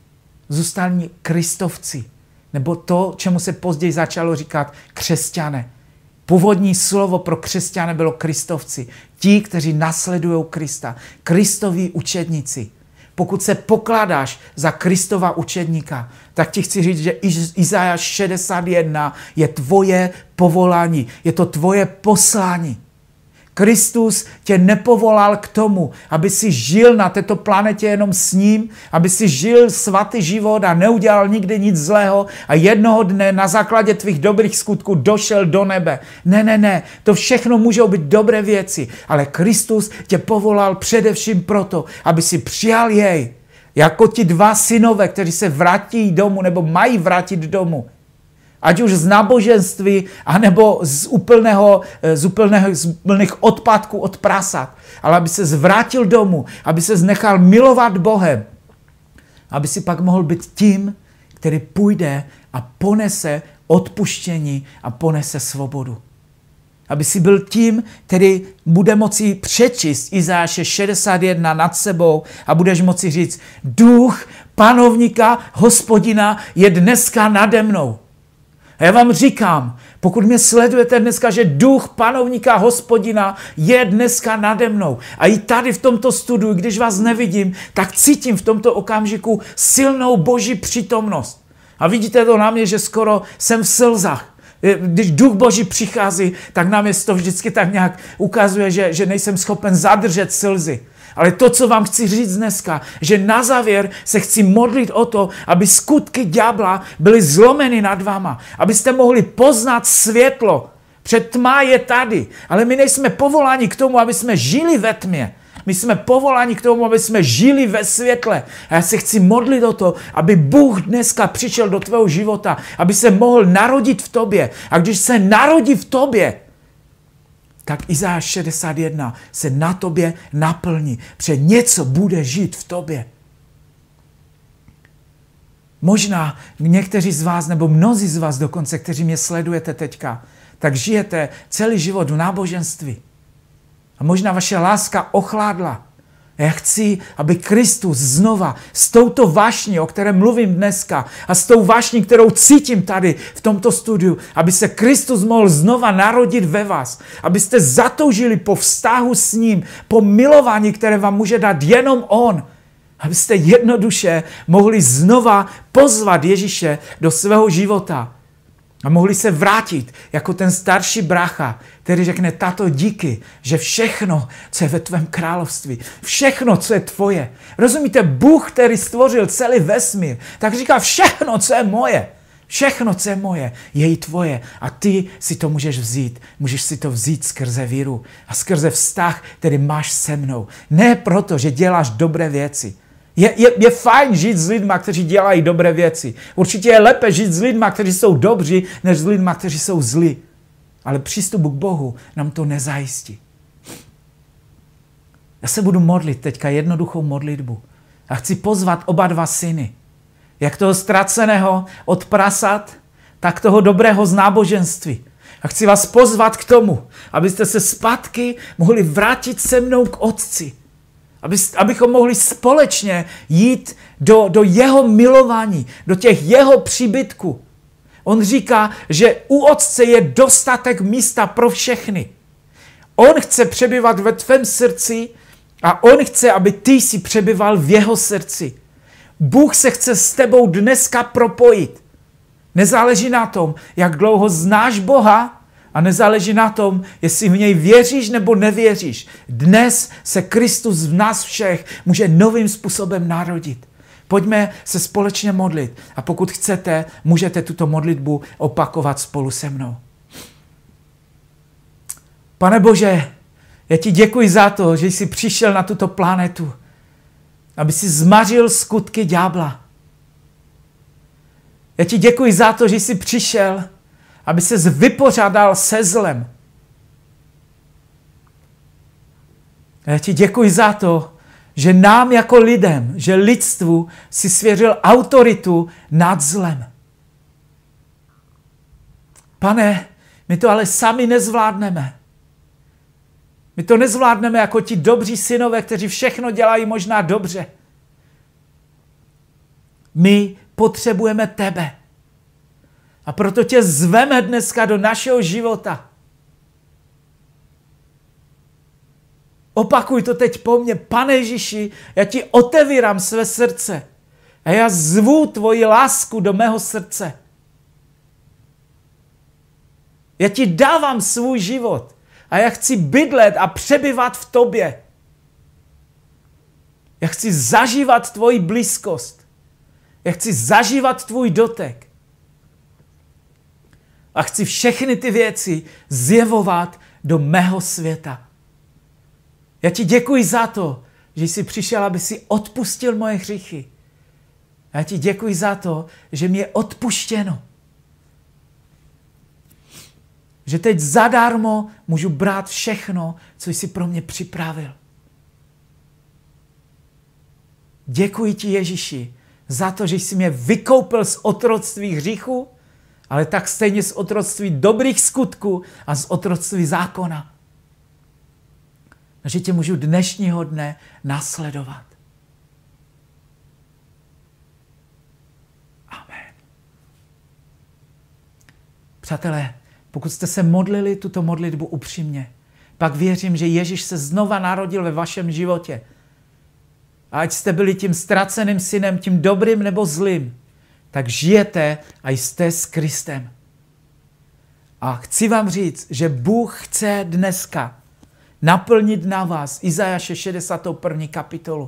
Zůstali Kristovci. Nebo to, čemu se později začalo říkat křesťané. Původní slovo pro křesťané bylo Kristovci. Ti, kteří nasledují Krista. Kristoví učedníci. Pokud se pokládáš za Kristova učedníka, tak ti chci říct, že Izajáš šedesát jedna je tvoje povolání. Je to tvoje poslání. Kristus tě nepovolal k tomu, aby si žil na této planetě jenom s ním, aby si žil svatý život a neudělal nikdy nic zlého a jednoho dne na základě tvých dobrých skutků došel do nebe. Ne, ne, ne, to všechno můžou být dobré věci, ale Kristus tě povolal především proto, aby si přijal jej, jako ti dva synové, kteří se vrátí domů nebo mají vrátit domů. Ať už z náboženství, anebo z úplného, z úplného, z úplných odpadků od prasat. Ale aby se zvrátil domů, aby se nechal milovat Bohem. Aby si pak mohl být tím, který půjde a ponese odpuštění a ponese svobodu. Aby si byl tím, který bude moci přečíst Izajáše šedesát jedna nad sebou a budeš moci říct, duch panovníka Hospodina je dneska nade mnou. A já vám říkám, pokud mě sledujete dneska, že duch panovníka Hospodina je dneska nade mnou. A i tady v tomto studiu, když vás nevidím, tak cítím v tomto okamžiku silnou Boží přítomnost. A vidíte to na mě, že skoro jsem v slzách. Když duch Boží přichází, tak nám je to vždycky tak nějak ukazuje, že, že nejsem schopen zadržet slzy. Ale to, co vám chci říct dneska, že na závěr se chci modlit o to, aby skutky ďábla byly zlomeny nad váma. Abyste mohli poznat světlo. Před tma je tady. Ale my nejsme povoláni k tomu, aby jsme žili ve tmě. My jsme povoláni k tomu, aby jsme žili ve světle. A já se chci modlit o to, aby Bůh dneska přišel do tvého života, aby se mohl narodit v tobě. A když se narodí v tobě, tak Izajáš šedesát jedna se na tobě naplní, protože něco bude žít v tobě. Možná někteří z vás, nebo mnozí z vás dokonce, kteří mě sledujete teďka, tak žijete celý život v náboženství. A možná vaše láska ochládla. A já chci, aby Kristus znova s touto vášní, o které mluvím dneska, a s tou vášní, kterou cítím tady v tomto studiu, aby se Kristus mohl znova narodit ve vás. Abyste zatoužili po vztahu s ním, po milování, které vám může dát jenom on. Abyste jednoduše mohli znova pozvat Ježíše do svého života. A mohli se vrátit jako ten starší brácha, který řekne, tato, díky, že všechno, co je ve tvém království, všechno, co je tvoje. Rozumíte, Bůh, který stvořil celý vesmír, tak říká, všechno, co je moje, všechno, co je moje, je i tvoje. A ty si to můžeš vzít. Můžeš si to vzít skrze víru a skrze vztah, který máš se mnou. Ne proto, že děláš dobré věci. Je, je, je fajn žít s lidma, kteří dělají dobré věci. Určitě je lépe žít s lidma, kteří jsou dobří, než s lidma, kteří jsou zlí. Ale přístup k Bohu nám to nezajistí. Já se budu modlit teďka jednoduchou modlitbu. A chci pozvat oba dva syny. Jak toho ztraceného od prasat, tak toho dobrého z náboženství. A chci vás pozvat k tomu, abyste se zpátky mohli vrátit se mnou k Otci. Aby, abychom mohli společně jít do, do jeho milování, do těch jeho příbytků. On říká, že u Otce je dostatek místa pro všechny. On chce přebývat ve tvém srdci a on chce, aby ty si přebýval v jeho srdci. Bůh se chce s tebou dneska propojit. Nezáleží na tom, jak dlouho znáš Boha, a nezáleží na tom, jestli v něj věříš nebo nevěříš. Dnes se Kristus v nás všech může novým způsobem narodit. Pojďme se společně modlit. A pokud chcete, můžete tuto modlitbu opakovat spolu se mnou. Pane Bože, já ti děkuji za to, že jsi přišel na tuto planetu, aby si zmařil skutky ďábla. Já ti děkuji za to, že jsi přišel, aby ses vypořádal se zlem. Já ti děkuji za to, že nám jako lidem, že lidstvu si svěřil autoritu nad zlem. Pane, my to ale sami nezvládneme. My to nezvládneme jako ti dobří synové, kteří všechno dělají možná dobře. My potřebujeme tebe. A proto tě zveme dneska do našeho života. Opakuj to teď po mně. Pane Ježíši, já ti otevírám své srdce. A já zvu tvoji lásku do mého srdce. Já ti dávám svůj život. A já chci bydlet a přebývat v tobě. Já chci zažívat tvoji blízkost. Já chci zažívat tvůj dotek. A chci všechny ty věci zjevovat do mého světa. Já ti děkuji za to, že jsi přišel, aby si odpustil moje hříchy. Já ti děkuji za to, že mi je odpuštěno. Že teď zadarmo můžu brát všechno, co jsi pro mě připravil. Děkuji ti, Ježíši, za to, že jsi mě vykoupil z otroctví hříchu, ale tak stejně z otroctví dobrých skutků a z otroctví zákona. Že tě můžu dnešního dne následovat. Amen. Přátelé, pokud jste se modlili tuto modlitbu upřímně, pak věřím, že Ježíš se znova narodil ve vašem životě. A ať jste byli tím ztraceným synem, tím dobrým nebo zlým, tak žijete a jste s Kristem. A chci vám říct, že Bůh chce dneska naplnit na vás Izajaše šedesátou první kapitolu.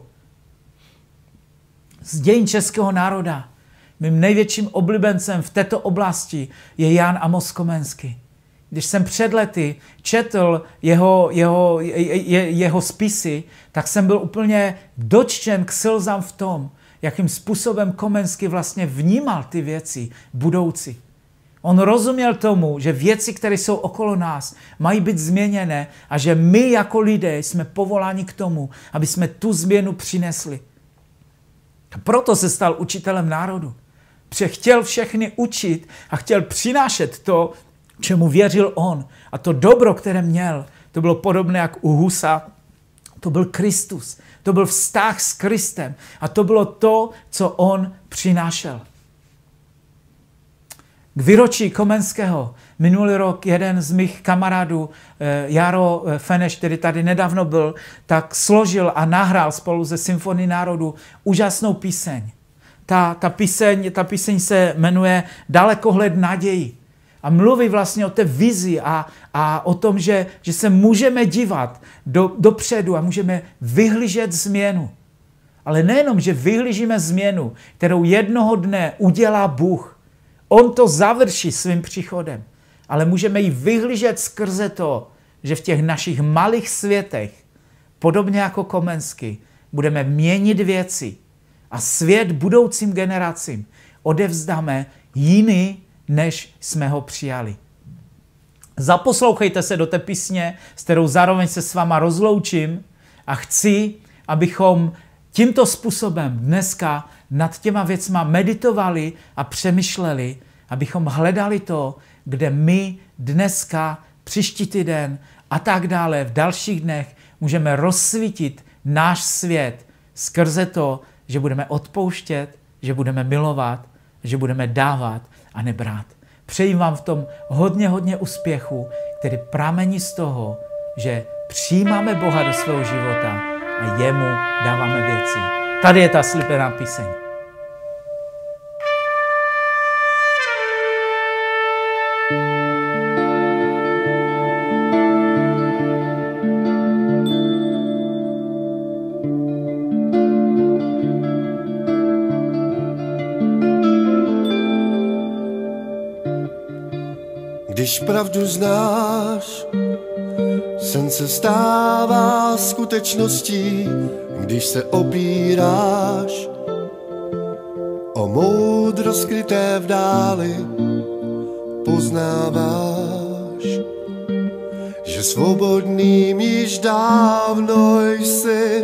Z dějin českého národa mým největším oblíbencem v této oblasti je Jan Amos Komenský. Když jsem před lety četl jeho, jeho, je, jeho spisy, tak jsem byl úplně dočten k slzám v tom, jakým způsobem Komenský vlastně vnímal ty věci budoucí. On rozuměl tomu, že věci, které jsou okolo nás, mají být změněné a že my jako lidé jsme povoláni k tomu, aby jsme tu změnu přinesli. A proto se stal učitelem národu. Protože chtěl všechny učit a chtěl přinášet to, čemu věřil on. A to dobro, které měl, to bylo podobné jak u Husa, to byl Kristus, to byl vztah s Kristem a to bylo to, co on přinášel. K výročí Komenského minulý rok jeden z mých kamarádů, Jaro Feneš, který tady nedávno byl, tak složil a nahrál spolu se Symfonií národů úžasnou píseň. Ta, ta, píseň, ta píseň se jmenuje Dalekohled naději. A mluví vlastně o té vizi a, a o tom, že, že se můžeme dívat do, dopředu a můžeme vyhlížet změnu. Ale nejenom, že vyhlížíme změnu, kterou jednoho dne udělá Bůh. On to završí svým příchodem. Ale můžeme ji vyhlížet skrze to, že v těch našich malých světech, podobně jako Komenský, budeme měnit věci a svět budoucím generacím odevzdáme jiný, než jsme ho přijali. Zaposlouchejte se do té písně, s kterou zároveň se s váma rozloučím a chci, abychom tímto způsobem dneska nad těma věcma meditovali a přemýšleli, abychom hledali to, kde my dneska, příští týden a tak dále v dalších dnech můžeme rozsvítit náš svět skrze to, že budeme odpouštět, že budeme milovat, že budeme dávat a nebrát. Přeji vám v tom hodně, hodně úspěchu, který pramení z toho, že přijímáme Boha do svého života a jemu dáváme věci. Tady je ta slíbená píseň. Když pravdu znáš, sen se stává skutečností, když se opíráš o moudrost skryté v dáli, poznáváš, že svobodným již dávno jsi.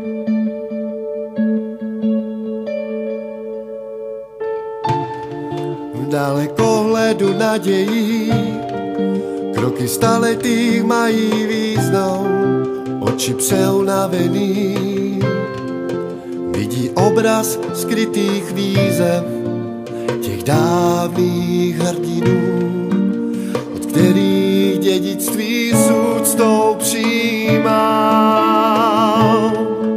V dalekohledu nadějí kroky staletých mají význam, oči přeunavený vidí obraz skrytých výzev těch dávných hrdinů, od kterých dědictví s úctou přijímám.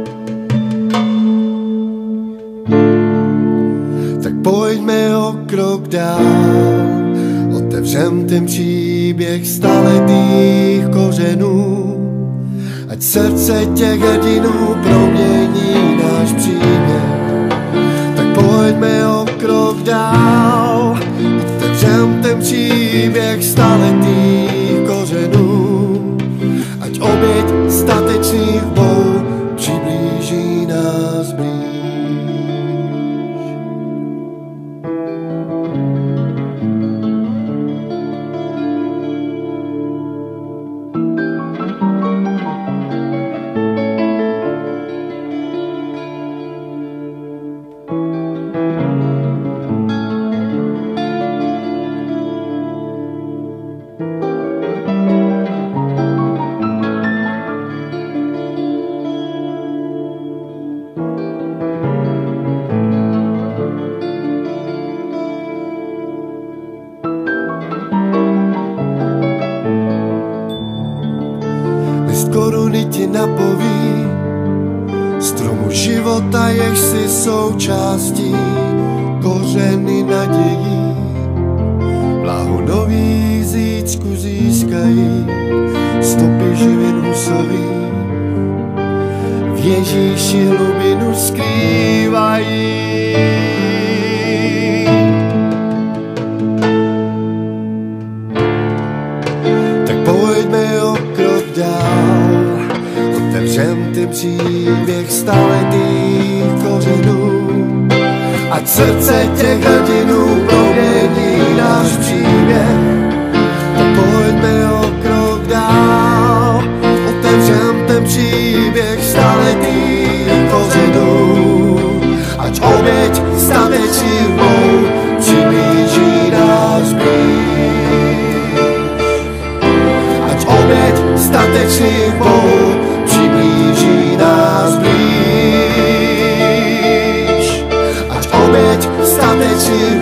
Tak pojďme o krok dál, otevřem ten příběh staletých kořenů, ať srdce těch hrdinů promění náš příběh. Tak pojďme o krok dál, otevřem ten příběh staletých kořenů, ať oběť statečných bou přiblíží nás blíž. Koruny ti napoví stromu života, jež si součástí, kořeny nadějí, bláhu nový zítřku získají, stopy živin husový v Ježíši hlubinu skrývají. Tak pojďme o krok dál, otevřem ten příběh staletých kořenů, ať srdce těch hrdinů promění náš příběh. Tak pojďme o krok dál, otevřem ten příběh staletých kořenů, ať oběť statečných mou přiblíží nás blíž. Ať oběť statečných k Bohu, přiblíží nás blíž. Ať oběť statečných